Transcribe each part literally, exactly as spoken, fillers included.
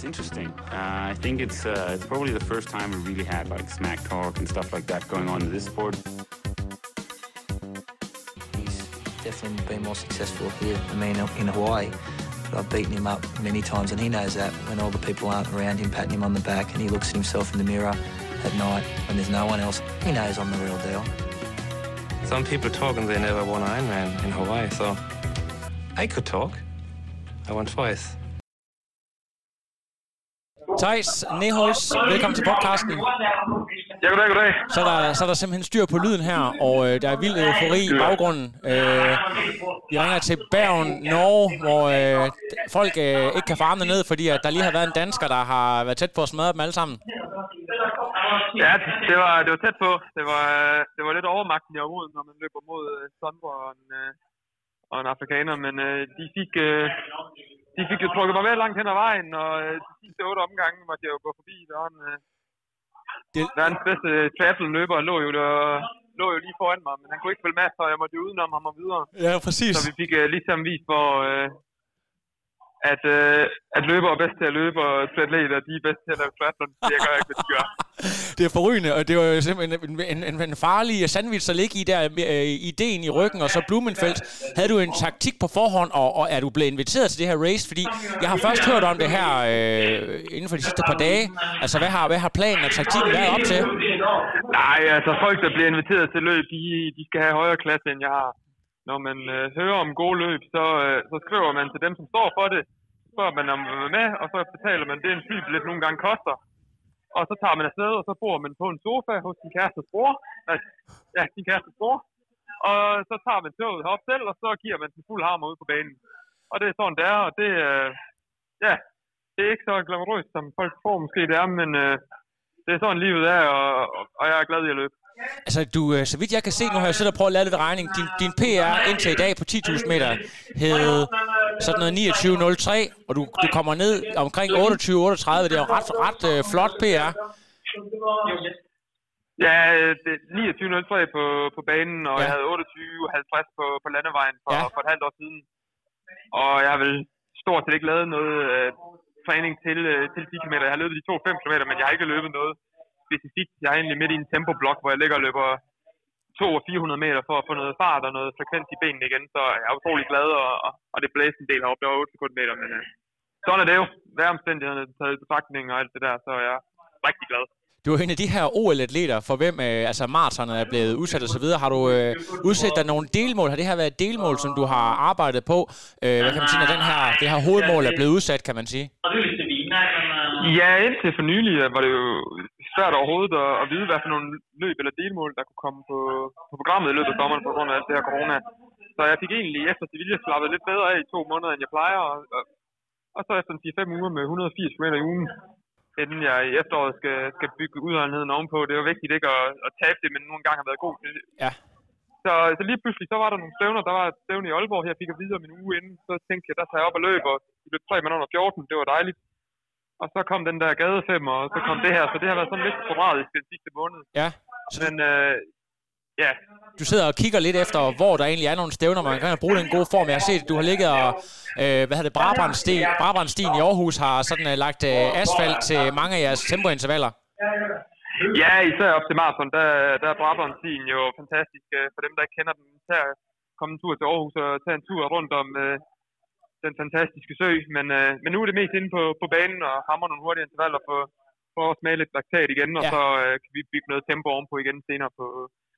interesting. Uh, I think it's uh, it's probably the first time we really had like smack talk and stuff like that going on in this sport. He's definitely been more successful here than me in Hawaii. But I've beaten him up many times, and he knows that when all the people aren't around him patting him on the back, and he looks at himself in the mirror at night when there's no one else, he knows I'm the real deal. Some people talk and they never won Ironman in Hawaii, so I could talk. I won twice. Theis Neholz, velkommen til podcasten. Ja, goddag, goddag. Så er, der, så er der simpelthen styr på lyden her, og øh, der er vild eufori i baggrunden. Øh, vi ringer til Bergen, Norge, hvor øh, folk øh, ikke kan få armene ned, fordi at der lige har været en dansker, der har været tæt på at smadre dem alle sammen. Ja, det var, det var tæt på. Det var, det var lidt overmagten i området, når man løber mod øh, Sondre og en, øh, og en afrikaner, men øh, de fik... Øh, De fik jo trukket mig med langt hen ad vejen, og øh, de sidste otte omgange måtte jeg jo gå forbi. Der var en, øh, det... verdens bedste triathlon-løber lå jo, der, lå jo lige foran mig, men han kunne ikke følge med, så jeg måtte jo udenom ham og videre. Ja, præcis. Så vi fik øh, ligesom vist, hvor øh, at, øh, at løber er bedst til at løbe, og triatleter de er bedst til at lave triathlon. Det gør jeg ikke, hvad de gør. Det er forrygende, og det var jo simpelthen en, en, en, en farlig sandwich at ligge i der, øh, ideen i ryggen, og så Blumenfeldt. Havde du en taktik på forhånd, og, og er du blevet inviteret til det her race? Fordi jeg har først hørt om det her øh, inden for de sidste par dage. Altså, hvad har, hvad har planen og taktikken været op til? Nej, altså folk, der bliver inviteret til løb, de, de skal have højere klasse, end jeg har. Når man øh, hører om gode løb, så, øh, så skriver man til dem, som står for det. Så spørger man, om man vil med, og så betaler man det, en flybillet nogle gange koster. Og så tager man afsted, og så bor man på en sofa hos sin kærestes bror. Nej, ja, sin kærestes bror. Og så tager man toget herop selv, og så giver man den fuld hammer ud på banen. Og det er sådan, det er, og det, øh, ja, det er ikke så glamourøst, som folk tror måske det er, men øh, det er sådan livet er, og, og jeg er glad i at løbe. Altså, du, så vidt jeg kan se, nu har jeg siddet og prøvet at lave lidt regning. Din, din P R indtil i dag på ti tusind meter hed sådan noget niogtyve nul tre, og du, du kommer ned omkring otteogtyve otteogtredive. Det er jo ret, ret uh, flot P R. Ja, det er niogtyve nul tre på, på banen, og ja. Jeg havde otteogtyve halvtreds på, på landevejen for, ja. for et halvt år siden. Og jeg har vel stort set ikke lavet noget uh, træning til, uh, til ti kilometer. Jeg har løbet de to fem kilometer, men jeg har ikke løbet noget specifikt. Jeg er egentlig midt i en tempoblok, hvor jeg ligger og løber to og fire hundrede meter for at få noget fart og noget frekvens i benene igen, så jeg er utrolig glad, og, og det blæste en del heroppe. Det var otte sekunder meter, men uh, sådan er det jo. Vejromstændighederne taget i betragtning og alt det der, så er jeg rigtig glad. Du er en af de her O L-atleter, for hvem øh, altså maratonerne er blevet udsat og så videre. Har du øh, udsat dig nogle delmål? Har det her været et delmål, som du har arbejdet på? Øh, hvad kan man sige, når den her, det her hovedmål er blevet udsat, kan man sige? Ja, indtil for nylig var det jo svært overhovedet at, at vide, hvad for nogle løb eller delmål, der kunne komme på, på programmet i løbet af sommeren på grund af alt det her corona. Så jeg fik egentlig efter Sevilla slappet lidt bedre af i to måneder, end jeg plejer. Og, og, og så efter en fire fem uger med et hundrede og firs kilometer i ugen, inden jeg i efteråret skal, skal bygge udholdenheden ovenpå. Det var vigtigt ikke at, at tabe det, men nogle gange har været god til det. Ja. Så, så lige pludselig, så var der nogle stævner. Der var et stævne i Aalborg, her fik jeg videre min uge inden. Så tænkte jeg, der tager jeg op og løb, og det blev tre minutter fjorten. Det var dejligt. Og så kom den der gadefemmer, og så kom det her. Så det har været sådan lidt sporadisk den sidste måned. Ja. Men øh, ja. Du sidder og kigger lidt efter, hvor der egentlig er nogle stævner, man kan bruge den gode form. Jeg har set, at du har ligget og, øh, hvad hedder det, Brabrandstien, Brabrandstien i Aarhus har sådan uh, lagt uh, asfalt til mange af jeres tempointervaller. Ja, især op til maraton, der, der er Brabrandstien jo fantastisk for dem, der ikke kender den. Til at komme en tur til Aarhus og tage en tur rundt om øh, den fantastiske sø. Men, øh, men nu er det mest inde på, på banen og hammer nogle hurtige intervaller for, for at smage lidt laktat igen, og ja. Så øh, kan vi bygge noget tempo ovenpå igen senere på,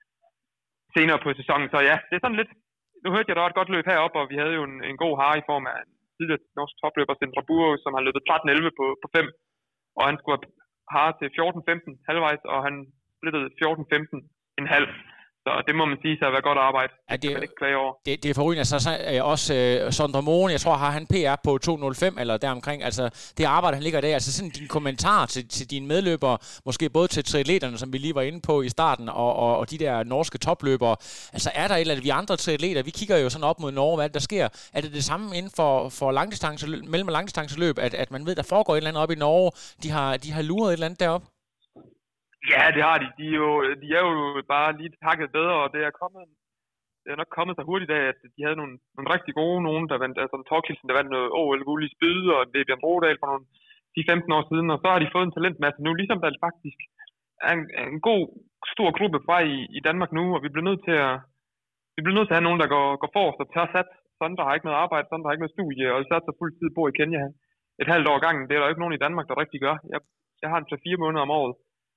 senere på sæsonen. Så ja, det er sådan lidt... Nu hørte jeg, der var et godt løb heroppe, og vi havde jo en, en god hare i form af en tidligere norsk topløber, Sindre Buro, som har løbet tretten elleve på, på fem, og han skulle have hare til fjorten femten halvvejs, og han splittede fjorten femten en halv. Så det må man sige, så har været godt arbejde. Ja, det, det kan man ikke klage over. Det, det er forrygende. Altså, så, øh, også øh, Sondre Moen, jeg tror, har han P R på to nul fem eller deromkring. Altså, det arbejde, han ligger der. Altså, sådan din kommentar til, til dine medløbere, måske både til triatleterne, som vi lige var inde på i starten, og, og, og de der norske topløbere. Altså, er der et eller andet, vi andre triatleter, vi kigger jo sådan op mod Norge, hvad der sker. Er det det samme inden for, for langdistance, mellem- og langdistanceløb, at, at man ved, der foregår et eller andet op i Norge? De har, de har luret et eller andet deroppe? Ja, det har de. De er jo, de er jo bare lige hakket bedre, og det er kommet, det er nok kommet så hurtigt af, at de havde nogle, nogle rigtig gode nogen, der vandt, altså Torkelsen, der vandt noget O L-guld i spyd, og det er Bjørn Brodal for nogle ti til femten år siden, og så har de fået en talentmasse nu, ligesom der faktisk er en, en god, stor gruppe fra i, i Danmark nu, og vi bliver nødt til at, vi bliver nødt til at have nogen, der går, går forrest og tør sat. Sondre har ikke noget arbejde, Sondre har ikke noget studie, og sat sig fuldtid bor i Kenya et halvt år gangen. Det er der jo ikke nogen i Danmark, der rigtig gør. Jeg, jeg har en tre fire måneder om året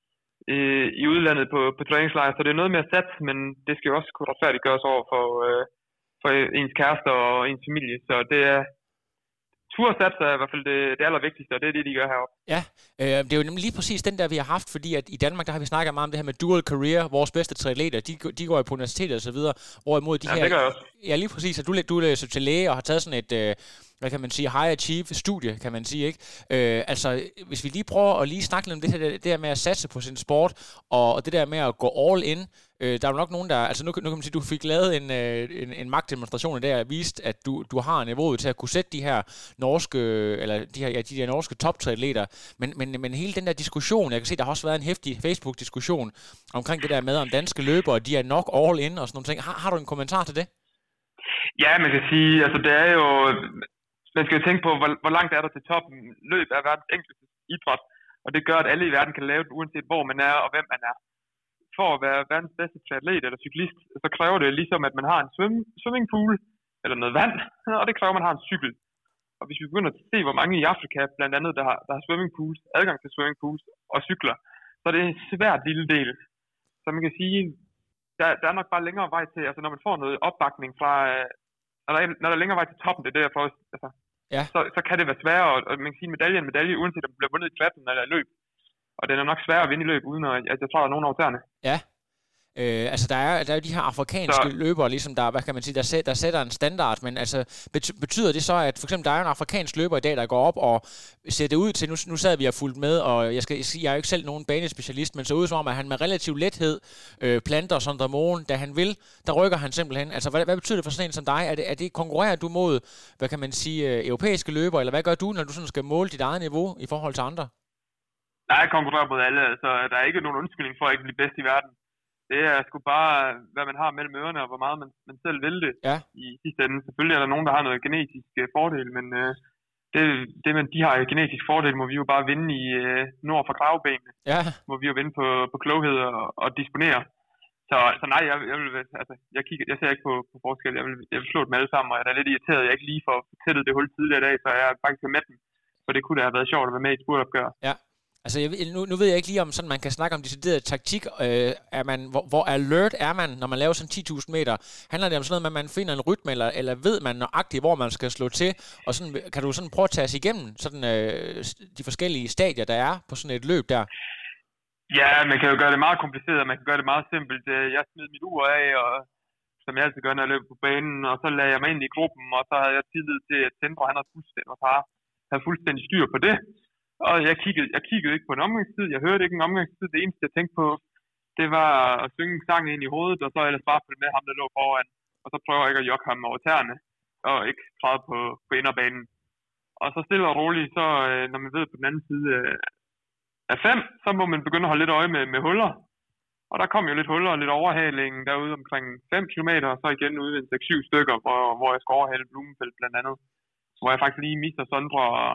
øh, i udlandet på, på træningslejr, så det er noget med at satse, men det skal jo også kunne retfærdiggøres over for, øh, for ens kærester og ens familie. Så det er tursats er i hvert fald det, det allervigtigste, og det er det, de gør heroppe. Ja, øh, det er jo nemlig lige præcis den der, vi har haft, fordi at i Danmark, der har vi snakket meget om det her med dual career. Vores bedste triatleter, de, de går jo på universitetet og så videre, hvorimod de ja, her... det gør jeg også. Ja, lige præcis, at du, du læser til læge og har taget sådan et... Øh, hvad kan man sige, high achieve studie, kan man sige, ikke? Øh, altså, hvis vi lige prøver at lige snakke lidt om det her, det der med at satse på sin sport, og, og det der med at gå all in, øh, der er jo nok nogen, der, altså nu, nu kan man sige, du fik lavet en, øh, en, en magtdemonstration der, og vist, at du, du har niveauet til at kunne sætte de her norske, eller de her, ja, de her norske toptriatleter, men, men, men hele den der diskussion, jeg kan se, der har også været en heftig Facebook-diskussion omkring det der med, om danske løbere, de er nok all in, og sådan nogle ting. Har, har du en kommentar til det? Ja, man kan sige, altså det er jo... Man skal jo tænke på, hvor, hvor langt er der til toppen. Løb er verdens enkleste idræt, og det gør, at alle i verden kan lave det, uanset hvor man er og hvem man er. For at være verdens bedste triatlet eller cyklist, så kræver det ligesom, at man har en swim, swimmingpool eller noget vand, og det kræver, at man har en cykel. Og hvis vi begynder at se, hvor mange i Afrika, blandt andet, der har, der har swimmingpools, adgang til swimmingpools og cykler, så er det en svært lille del. Så man kan sige, der, der er nok bare længere vej til, altså når man får noget opbakning fra... Når der, er, når der er længere vej til toppen, det er det, jeg prøver, altså, ja. så, så kan det være sværere, og man kan sige, medalje en medalje, uanset om det bliver vundet i klatten eller i løb. Og det er nok sværere at vinde i løb, uden at jeg, jeg tror, der er nogen over tæerne. Ja. Øh, altså der er, der er jo de her afrikanske så... løbere, ligesom der, hvad kan man sige, der, sæt, der sætter en standard, men altså betyder det så, at for eksempel der er en afrikansk løber i dag, der går op og ser det ud til, nu, nu sad vi og fulgt med, og jeg, skal, jeg er jo ikke selv nogen banespecialist, men så ud som om, at han med relativ lethed øh, planter Sondre Moen, da han vil, der rykker han simpelthen. Altså hvad, hvad betyder det for sådan en som dig? Er det, er det konkurrerer du mod, hvad kan man sige, øh, europæiske løbere, eller hvad gør du, når du sådan skal måle dit eget niveau i forhold til andre? Nej, jeg konkurrerer mod alle, altså der er ikke nogen undskyldning for at ikke blive bedst i verden. Det er sgu bare, hvad man har mellem ørerne, og hvor meget man, man selv vil det ja. I sidste ende. Selvfølgelig er der nogen, der har noget genetisk uh, fordel, men uh, det, det, man de har genetisk fordel, må vi jo bare vinde i uh, nord for kravbenene. Ja. Må vi jo vinde på, på kloghed og, og disponere. Så, så nej, jeg, jeg, vil, altså, jeg, kigger, jeg ser ikke på, på forskel. Jeg vil, jeg vil slå dem alle sammen, og jeg er lidt irriteret, jeg ikke lige får tættet det hul tidligere i dag, så jeg er faktisk med dem. For det kunne da have været sjovt at være med i et spurtopgør. Ja. Altså, jeg, nu, nu ved jeg ikke lige, om sådan man kan snakke om decideret taktik. Øh, er man, hvor, hvor alert er man, når man laver sådan ti tusind meter? Handler det om sådan noget med, at man finder en rytme, eller, eller ved man nøjagtigt, hvor man skal slå til? Og sådan, kan du sådan prøve at tage os igennem sådan, øh, de forskellige stadier, der er på sådan et løb der? Ja, man kan jo gøre det meget kompliceret, man kan gøre det meget simpelt. Jeg smed mit ur af, og, som jeg altid gør, når jeg løber på banen, og så lagde jeg mig ind i gruppen, og så havde jeg tillid til, at Sindre, han havde fuldstændig, havde fuldstændig styr på det. Og jeg kiggede, jeg kiggede ikke på en omgangstid, jeg hørte ikke en omgangstid. Det eneste, jeg tænkte på, det var at synge en sang ind i hovedet, og så ellers bare følge med ham, der lå foran. Og så prøver jeg ikke at jokke ham over tæerne, og ikke træde på, på inderbanen. Og så stille og roligt, så når man ved på den anden side af fem, så må man begynde at holde lidt øje med, med huller. Og der kom jo lidt huller og lidt overhaling derude omkring fem kilometer, og så igen ude ved seks syv stykker, hvor, hvor jeg skal overhale Blumenfeldt blandt andet. Hvor jeg faktisk lige mister Sondre og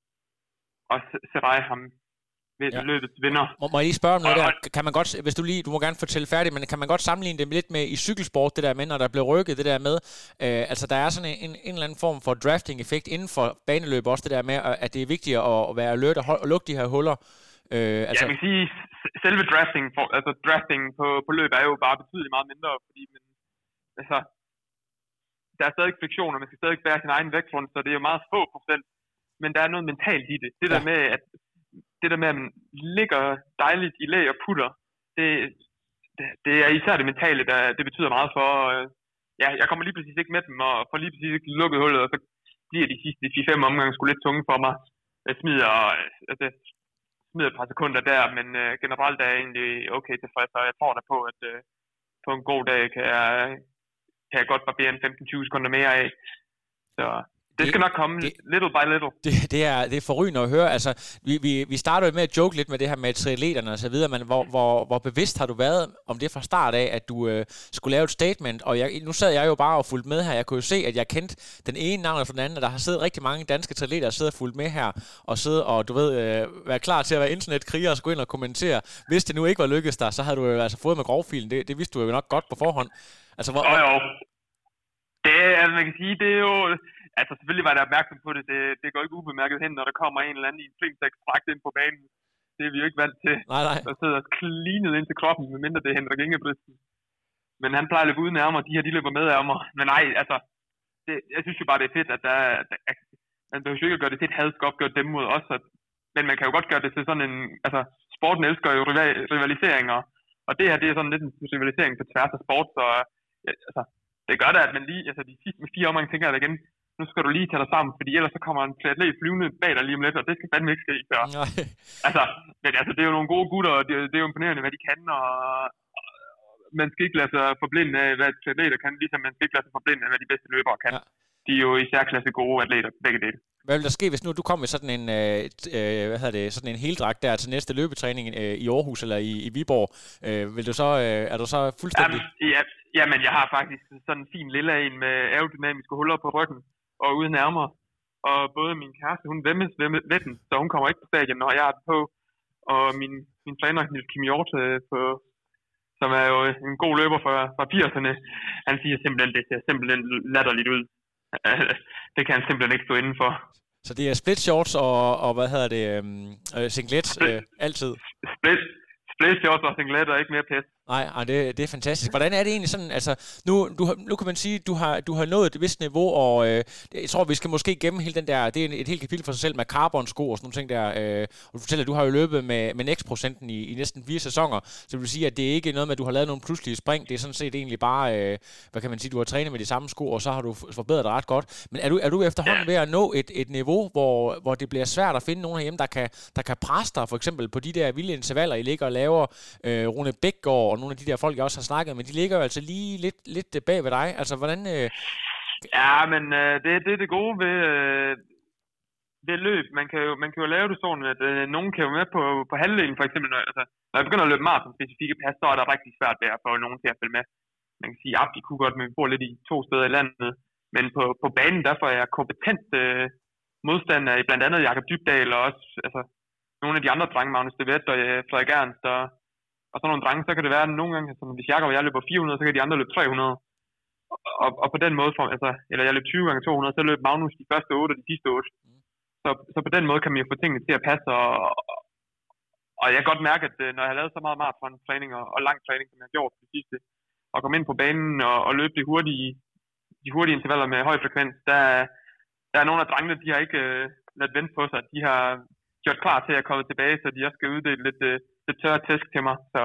og Serai ham ved ja. Løbets vinder. Må, må jeg lige spørge om noget der? Kan man godt, hvis du lige, du må gerne fortælle færdigt, men kan man godt sammenligne det lidt med i cykelsport, det der med, når der bliver rykket, det der med, øh, altså der er sådan en, en eller anden form for drafting-effekt inden for baneløb, også det der med, at det er vigtigt at, at være alert og, hold, og lukke de her huller. Øh, altså... Ja, jeg vil sige, selve drafting, for, altså drafting på, på løb er jo bare betydeligt meget mindre, fordi man, altså, der er stadig friktioner, man skal stadig bære sin egen vægtgrund, så det er jo meget få procent. Men der er noget mentalt i det. Det der ja. med, at det der med, at man ligger dejligt i læ og putter, det, det, det er især det mentale, der det betyder meget for. Øh, ja, jeg kommer lige præcis ikke med dem, og får lige præcis ikke lukket hullet, og så bliver de sidste fire fem omgange sgu lidt tunge for mig. Jeg smider, altså, smider et par sekunder der, men øh, generelt er jeg egentlig okay tilfreds, og jeg tror da på, at øh, på en god dag kan jeg, kan jeg godt barbere en femten til tyve sekunder mere af. Så... Det skal nok komme, det, little by little. Det, det, er, det er forrygende at høre. Altså, vi, vi, vi startede med at joke lidt med det her med triatleterne og så videre, men hvor, hvor, hvor bevidst har du været om det fra start af, at du øh, skulle lave et statement? Og jeg, nu sad jeg jo bare og fulgte med her. Jeg kunne jo se, at jeg kendte den ene navn efter den anden, og der har siddet rigtig mange danske triatleter og siddet og fulgt med her, og siddet og, du ved, øh, være klar til at være internetkriger og skulle ind og kommentere. Hvis det nu ikke var lykkedes dig, så havde du jo altså fået med grovfilen. Det, det vidste du jo nok godt på forhånd. Altså, hvor, oh, jo. Det, altså, man kan sige, det er jo... Altså, selvfølgelig var jeg opmærksom på det. det. Det går ikke ubemærket hen, når der kommer en eller anden i en flimtekst fragt ind på banen. Det er vi jo ikke vant til. Nej, nej. Der sidder klinet ind til kroppen, medmindre det er Henrik Ingebrigtsen. Men han plejer at løbe uden af mig, de her, de løber med af mig. Men nej, altså, det, jeg synes jo bare, det er fedt, at der, der man behøver jo ikke at gøre det til et hadsk opgør dem mod os. At, men man kan jo godt gøre det til sådan en... Altså, sporten elsker jo rivaliseringer. Og det her, det er sådan lidt en rivalisering på tværs af sport, så altså, det gør det, at man lige, altså de sidste med fire omgang tænker jeg igen, nu skal du lige tage dig sammen, fordi ellers så kommer en triatlet flyvende bag dig lige om lidt, og det skal fandme ikke ske. Så. Altså, men altså, det er jo nogle gode gutter, og det, det er jo imponerende, hvad de kan, og, og man skal ikke lade sig forblinde af, hvad triatleter kan, ligesom man skal ikke lade sig forblinde af, hvad de bedste løbere kan. Ja. De er jo i særklasse gode atleter, begge dele. Hvad vil der ske, hvis nu du kommer med sådan en, øh, hvad hedder det, sådan en heldragt der til næste løbetræning øh, i Aarhus eller i, i Viborg? Øh, vil du så, øh, er du så fuldstændig... Jamen, ja, jamen, jeg har faktisk sådan en fin lille en med aerodynamiske huller på ryggen og uden ærmer. Og både min kæreste, hun vemmes ved den, så hun kommer ikke på stadion, når jeg er på. Og min, min træner, Niels Kim Hjort, på, som er jo en god løber fra, fra firserne, han siger simpelthen, det ser simpelthen latterligt ud. Det kan han simpelthen ikke stå indenfor. Så det er split shorts og, og hvad hedder det, øh, singlet øh, altid? Split, split shorts og singlet og ikke mere pæst. Nej, det, det er fantastisk. Hvordan er det egentlig sådan, altså, nu, du, nu kan man sige, du har, du har nået et vist niveau, og øh, jeg tror, vi skal måske gemme hele den der, det er et helt kapitel for sig selv med carbon-sko og sådan nogle ting der, øh, og du fortæller, at du har jo løbet med, med Next-procenten i, i næsten fire sæsoner, så det vil sige, at det er ikke noget med, at du har lavet nogle pludselige spring, det er sådan set egentlig bare, øh, hvad kan man sige, du har trænet med de samme sko, og så har du forbedret det ret godt. Men er du, er du efterhånden ved at nå et, et niveau, hvor, hvor det bliver svært at finde nogen herhjemme, der kan, der kan presse dig, for eksempel på de der vilde intervaller, I ligger og laver, øh, Rune Bækgaard og nogle af de der folk, jeg også har snakket med, de ligger jo altså lige lidt, lidt bag ved dig. Altså, hvordan... Øh... Ja, men øh, det, det er det gode ved, øh, ved løb. Man kan, jo, man kan jo lave det sådan, at øh, nogen kan jo med på, på halvdelen, for eksempel. Når, altså, når jeg begynder at løbe maraton specifikke pas, så er det rigtig svært ved at få nogen til at følge med. Man kan sige, at de kunne godt, men vi bor lidt i to steder i landet. Men på, på banen, derfor er jeg kompetent øh, modstander i blandt andet Jakob Dybdahl, og også altså, nogle af de andre drenge, Magnus De Wet og øh, Frederik Ernst, og Og så nogle drenge, så kan det være, at nogle gange, altså, hvis Jakob og jeg løber fire hundrede, så kan de andre løbe tre hundrede. Og, og, og på den måde, for, altså, eller jeg løb tyve gange to hundrede, så løb Magnus de første otte og de sidste otte. Så, så på den måde kan man jo få tingene til at passe. Og, og, og jeg kan godt mærke, at når jeg har lavet så meget maraton-træning og, og lang træning, som jeg har gjort det sidste, og komme ind på banen og, og løbe de hurtige, de hurtige intervaller med høj frekvens, der, der er nogle af drengene, de har ikke øh, ladt vente på sig. De har gjort klar til at komme tilbage, så de også skal uddele lidt... Øh, det tørre tæsk til mig, så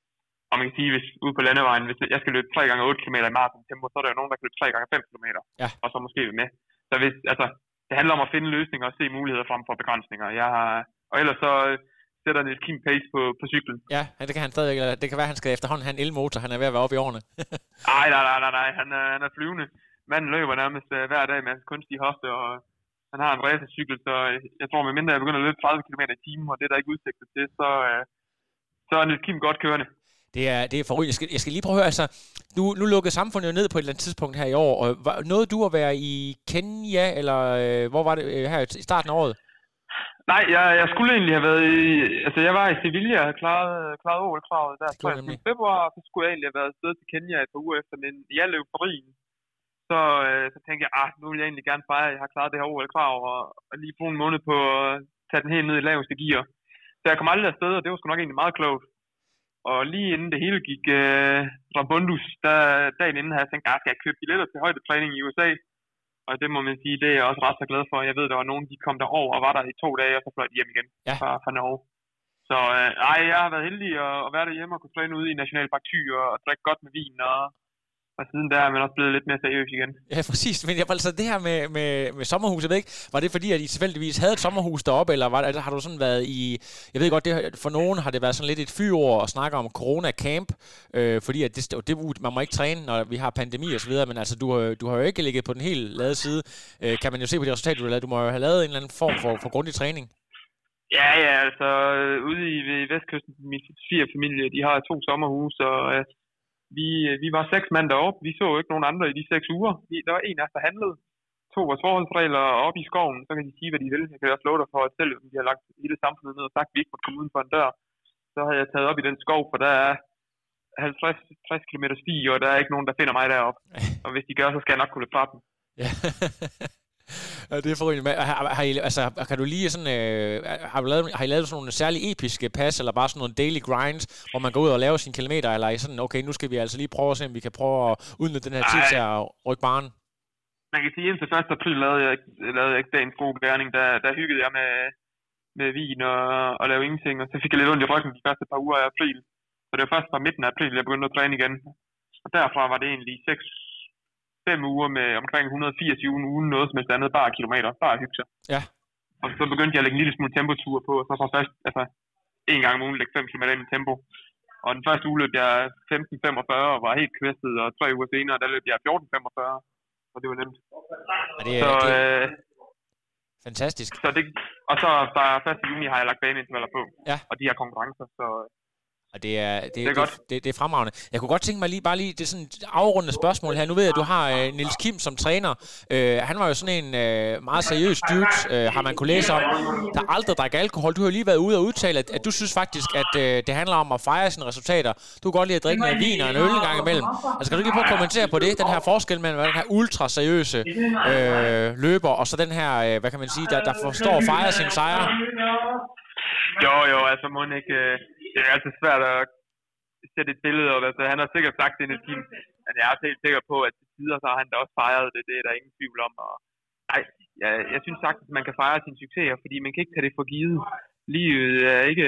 og man kan sige, hvis ude på landevejen, hvis jeg skal løbe tre gange otte kilometer i maraton tempo, så er der jo nogen, der kan løbe tre gange fem kilometer, ja. Og så måske med. Så hvis, altså, det handler om at finde løsninger og se muligheder frem for begrænsninger. Jeg har, og ellers så sætter han et Kim Pace på, på cyklen. Ja, det kan han stadig, det kan være, at han skal efterhånden have en elmotor, han er ved at være oppe i årene. nej, nej, nej, nej, nej, han er, han er flyvende. Manden løber nærmest uh, hver dag med hans kunstige hofte, og han har en racercykel, så jeg tror, med mindre jeg begynder at løbe tredive kilometer i timen, og det er der ikke udsigter til, så... Uh, Så er Niels Kim godt kørende. Det er, det er forrygende. Jeg skal, jeg skal lige prøve at høre, altså, nu, nu lukkede samfundet jo ned på et eller andet tidspunkt her i år, og var, nåede du at være i Kenya, eller øh, hvor var det øh, her i starten af året? Nej, jeg, jeg skulle egentlig have været i, altså jeg var i Sevilla og klaret, klaret O L-kravet der i februar, og så skulle jeg egentlig have været afsted til Kenya et par uger efter, men i al euforien, så, øh, så tænkte jeg, ah, nu vil jeg egentlig gerne fejre, at jeg har klaret det her O L-krav, og, og lige bruge en måned på at tage den helt ned i laveste gear. Så jeg kom aldrig afsted, og det var sgu nok egentlig meget klogt. Og lige inden det hele gik øh, fra Bundus, der dagen inden havde jeg tænkt, at jeg skal købe billetter til højdetræning i U S A. Og det må man sige, det er jeg også ret så glad for. Jeg ved, der var nogen, de kom derover og var der i to dage, og så fløj de hjem igen ja. fra, fra Norge. Så øh, ej, jeg har været heldig at, at være derhjemme og kunne træne ude i Nationalpark Thy og, og drikke godt med vin og, Og siden der er man også blevet lidt mere seriøs igen. Ja, præcis. Men jeg, altså det her med, med, med sommerhus, jeg ved ikke, var det fordi, at I tilfældigvis havde et sommerhus deroppe, eller var det, har du sådan været i, jeg ved godt, det, for nogen har det været sådan lidt et fyord at snakke om corona-camp, øh, fordi at det, det, man må ikke træne, når vi har pandemi og så videre, men altså du, du har jo ikke ligget på den helt lade side, øh, kan man jo se på de resultater, du har lavet. Du må jo have lavet en eller anden form for, for grundig træning. Ja, ja, altså ude i ved Vestkysten, min familie, de har to sommerhus, og øh, vi, vi var seks mand deroppe. Vi så jo ikke nogen andre i de seks uger. Vi, der var en af os, der handlede. To vores forholdsregler op i skoven, så kan de sige, hvad de vil. Jeg kan også love dig for, at selv om de har lagt hele samfundet ned og sagt, at vi ikke må komme uden for en dør, så har jeg taget op i den skov, for der er halvtreds til tres kilometer sti, og der er ikke nogen, der finder mig deroppe. Og hvis de gør, så skal jeg nok kunne løbe fra dem. Ja. Ja, det er forrygende. Har, har, I, altså, kan du lige sådan, øh, har, du lavet, har I lavet sådan nogle særlig episke pas, eller bare sådan nogle daily grinds, hvor man går ud og laver sine kilometer, eller er I sådan, okay, nu skal vi altså lige prøve at se, om vi kan prøve at udnytte den her tid til at rykke barnen? Man kan sige, at indtil første april lavede jeg, lavede jeg ikke dagens gode gerning, der, der hyggede jeg med, med vin og, og lavede ingenting, og så fik jeg lidt ondt i ryggen de første par uger af april. Så det var først fra midten af april, jeg begyndte at træne igen. Og derfra var det egentlig seks fem uger med omkring et hundrede og firs i ugen, ugen noget som helst andet, bare kilometer, bare hygge sig. Ja. Og så begyndte jeg at lægge en lille smule tempotur på, og så fra først, altså en gang om ugen lægge fem kilometer ind i tempo. Og den første uge løb jeg femten femogfyrre og var helt kvæstet, og tre uger senere, der løb jeg fjorten femogfyrre, og det var nemt. Og det er, så, det er øh, fantastisk. Så det, og så fra første juni har jeg lagt baneintervaller på, ja. Og de her konkurrencer, så... Og det er, det, det, er det, det, det er fremragende. Jeg kunne godt tænke mig lige, bare lige, det er sådan et afrundende spørgsmål her. Nu ved jeg, at du har øh, Niels Kim som træner. Øh, han var jo sådan en øh, meget seriøs dude, øh, har man kunne læse om, der aldrig drikker alkohol. Du har jo lige været ude og udtale, at, at du synes faktisk, at øh, det handler om at fejre sine resultater. Du kan godt lide at drikke noget vin og en øl en gang imellem. Altså kan du lige prøve at kommentere på det, den her forskel mellem den her ultra seriøse øh, løber, og så den her, øh, hvad kan man sige, der, der forstår at fejre sine sejre? Jo, jo, altså må ikke... Øh... Det er altid svært at sætte et billede op. Altså, han har sikkert sagt det i et team, men jeg er også helt sikker på, at til tider så har han da også fejret det. Det er der ingen tvivl om. Og, nej, jeg, jeg synes sagt, at man kan fejre sine succeser, fordi man kan ikke tage det for givet. Livet er ikke...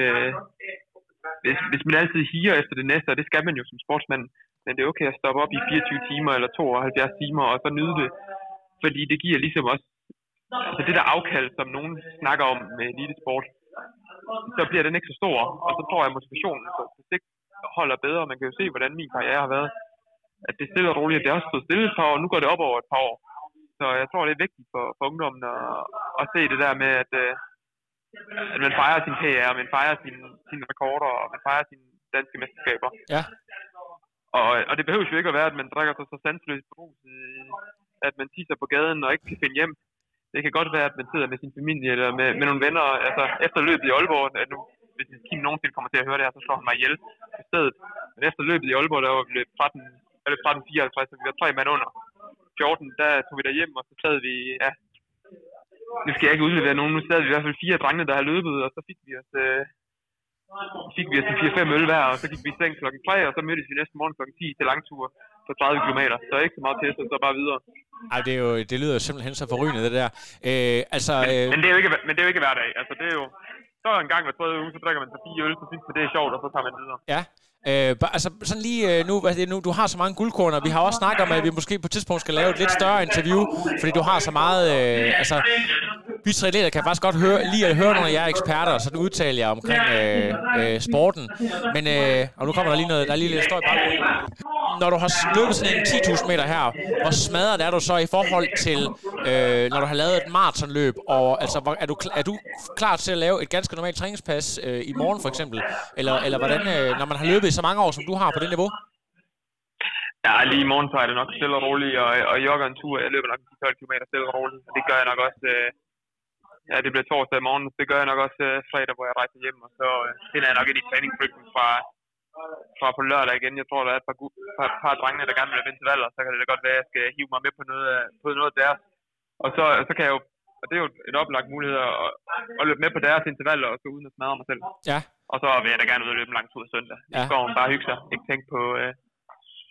Hvis, hvis man altid higer efter det næste, og det skal man jo som sportsmand, men det er okay at stoppe op i fireogtyve timer eller tooghalvfjerds timer, og så nyde det. Fordi det giver ligesom også... Altså det der afkald, som nogen snakker om med elitesport, så bliver den ikke så stor, og så tror jeg, at motivationen så det holder bedre. Man kan jo se, hvordan min karriere har været. At det er stille og roligt, at det også stod stille et par år, og nu går det op over et par år. Så jeg tror, det er vigtigt for, for ungdommen at, at se det der med, at, at man fejrer sin P R, man fejrer sine sin rekorder, og man fejrer sine danske mesterskaber. Ja. Og, og det behøver jo ikke at være, at man drikker sig så sanseløst brus, at man tisser på gaden og ikke kan finde hjem. Det kan godt være, at man sidder med sin familie eller med, med nogle venner. Altså, efter løbet i Aalborg, at nu, hvis Kim nogensinde kommer til at høre det her, så slår han mig ihjel på stedet. Men efter løbet i Aalborg, der var vi tretten fireoghalvtreds, så vi var tre mand under. fjorten, der tog vi der hjem, og så sad vi, ja, nu skal jeg ikke udlevere nogen, nu sad vi i hvert fald fire drengene, der har løbet, og så fik vi os, øh, fik vi os en fire fem øl hver, og så gik vi i seng klokken tre, og så mødtes vi næste morgen klokken ti til langtur på tredive kilometer. Så ikke så meget til, så bare videre. Ej, det, er jo, det lyder jo simpelthen så forrygende, det der. Øh, altså, men, øh... men, det er jo ikke, men det er jo ikke hver dag. Altså, det er jo... Så en gang hver tredje uge, så drikker man så fire øl, så synes man, det er sjovt, og så tager man videre. Ja. Øh, altså sådan lige øh, nu, hvad det nu, du har så mange guldkorn, og vi har også snakket om, at vi måske på et tidspunkt skal lave et lidt større interview, fordi du har så meget, øh, altså, vi triatleter kan faktisk godt høre, lige at høre nogle af jer eksperter, så sådan udtale jer omkring øh, øh, sporten, men, øh, og nu kommer der lige noget, der er lige lidt støj bare. Når du har løbet sådan en ti tusind meter her, hvor smadret er du så i forhold til, øh, når du har lavet et maratonløb, og altså, er du, er du klar til at lave et ganske normalt træningspas øh, i morgen for eksempel, eller, eller hvordan, øh, når man har løbet i så mange år, som du har på det niveau? Ja, lige i morgen så er det nok stille og roligt, og, og jogger en tur. Jeg løber nok tolv kilometer stille og roligt, og det gør jeg nok også, øh, ja, det bliver torsdag i morgen, det gør jeg nok også øh, fredag, hvor jeg rejser hjem, og så øh, finder jeg nok ind i træningsrytmen fra, fra på lørdag igen. Jeg tror, der er et par, par, par drengene, der gerne vil have intervaller, så kan det da godt være, at jeg skal hive mig med på noget, på noget deres. Og så, så kan jeg jo, og det er jo et oplagt mulighed at, at løbe med på deres intervaller, og så uden at smadre mig selv. Ja. Og så vil jeg da gerne ud og løbe en lang tur søndag. Ja. I skoven bare hygge sig. Ikke tænke på, øh,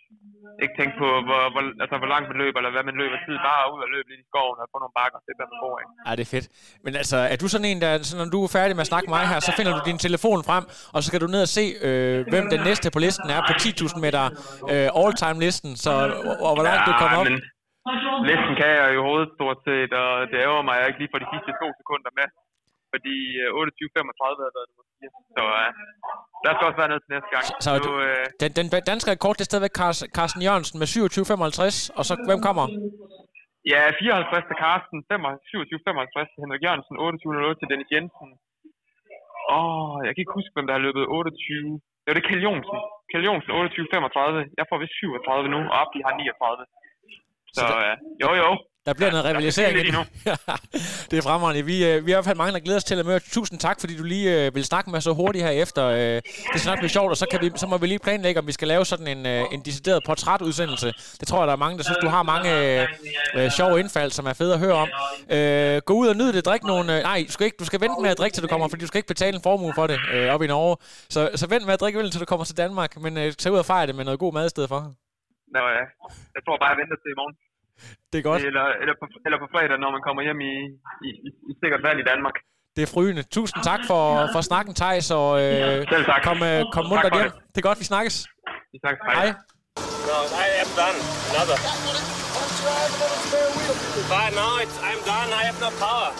ikke tænke på, hvor, hvor, altså, hvor langt man løber, eller hvad man løber tid. Bare ud og løbe lidt i skoven og få nogle bakker. Det er der, man får, ikke? Ja, det er fedt. Men altså, er du sådan en, der, så når du er færdig med at snakke med mig her, så finder du din telefon frem, og så skal du ned og se, øh, hvem den næste på listen er på ti tusind meter øh, all-time-listen, så og, og hvor langt ja, du kommer op? Men listen kan jeg jo hovedet stort set, og det ærger mig, jeg ikke lige for de sidste to sekunder med. Fordi otteogtyve femogtredive har været det måske. Så uh, der skal også være noget til næste gang. Så du, uh, den, den danske rekord, det er stadigvæk Carsten Jørgensen med syvogtyve femoghalvtreds, og så hvem kommer? Ja, fireoghalvtreds til Carsten, syvogtyve femoghalvtreds til Henrik Jørgensen, otteogtyve nul otte til Dennis Jensen. Åh, oh, jeg kan ikke huske, hvem der har løbet otteogtyve. Det var det Kjeld Jonsen. Kjeld Jonsen, otteogtyve femogtredive. Jeg får vist syvogtredive nu, og Abdi har niogtredive. Så, så uh, jo jo. Der bliver noget rivalisering. Det er fremragende. Vi, øh, vi har i hvert fald mange, der glæder os til at møde. Tusind tak, fordi du lige øh, vil snakke med så hurtigt her efter. Øh, det skal nok blive sjovt, og så, kan vi, så må vi lige planlægge, om vi skal lave sådan en, øh, en decideret portrætudsendelse. Det tror jeg, der er mange, der synes, du har mange øh, sjove indfald, som er fede at høre om. Øh, gå ud og nyd det. Drik nogle... Øh, nej, du skal, ikke, du skal vente med at drikke, til du kommer, fordi du skal ikke betale en formue for det øh, op i Norge. Så, så vent med at drikke øl, til du kommer til Danmark, men øh, tag ud og fejre det med noget god mad i stedet for. Nå ja, jeg tror bare, jeg venter til i morgen. Det er godt. Eller, eller, på, eller på fredag, når man kommer hjem i, i, i, i sikkert vand i Danmark. Det er frygende. Tusind tak for, for snakken, Theis, og øh, selv tak. kom, øh, kom mundt hjem. Det. det er godt, vi snakkes. Vi snakkes. Hej. Hej. No, I am done. Another. But no, it's, I'm done. I have no power.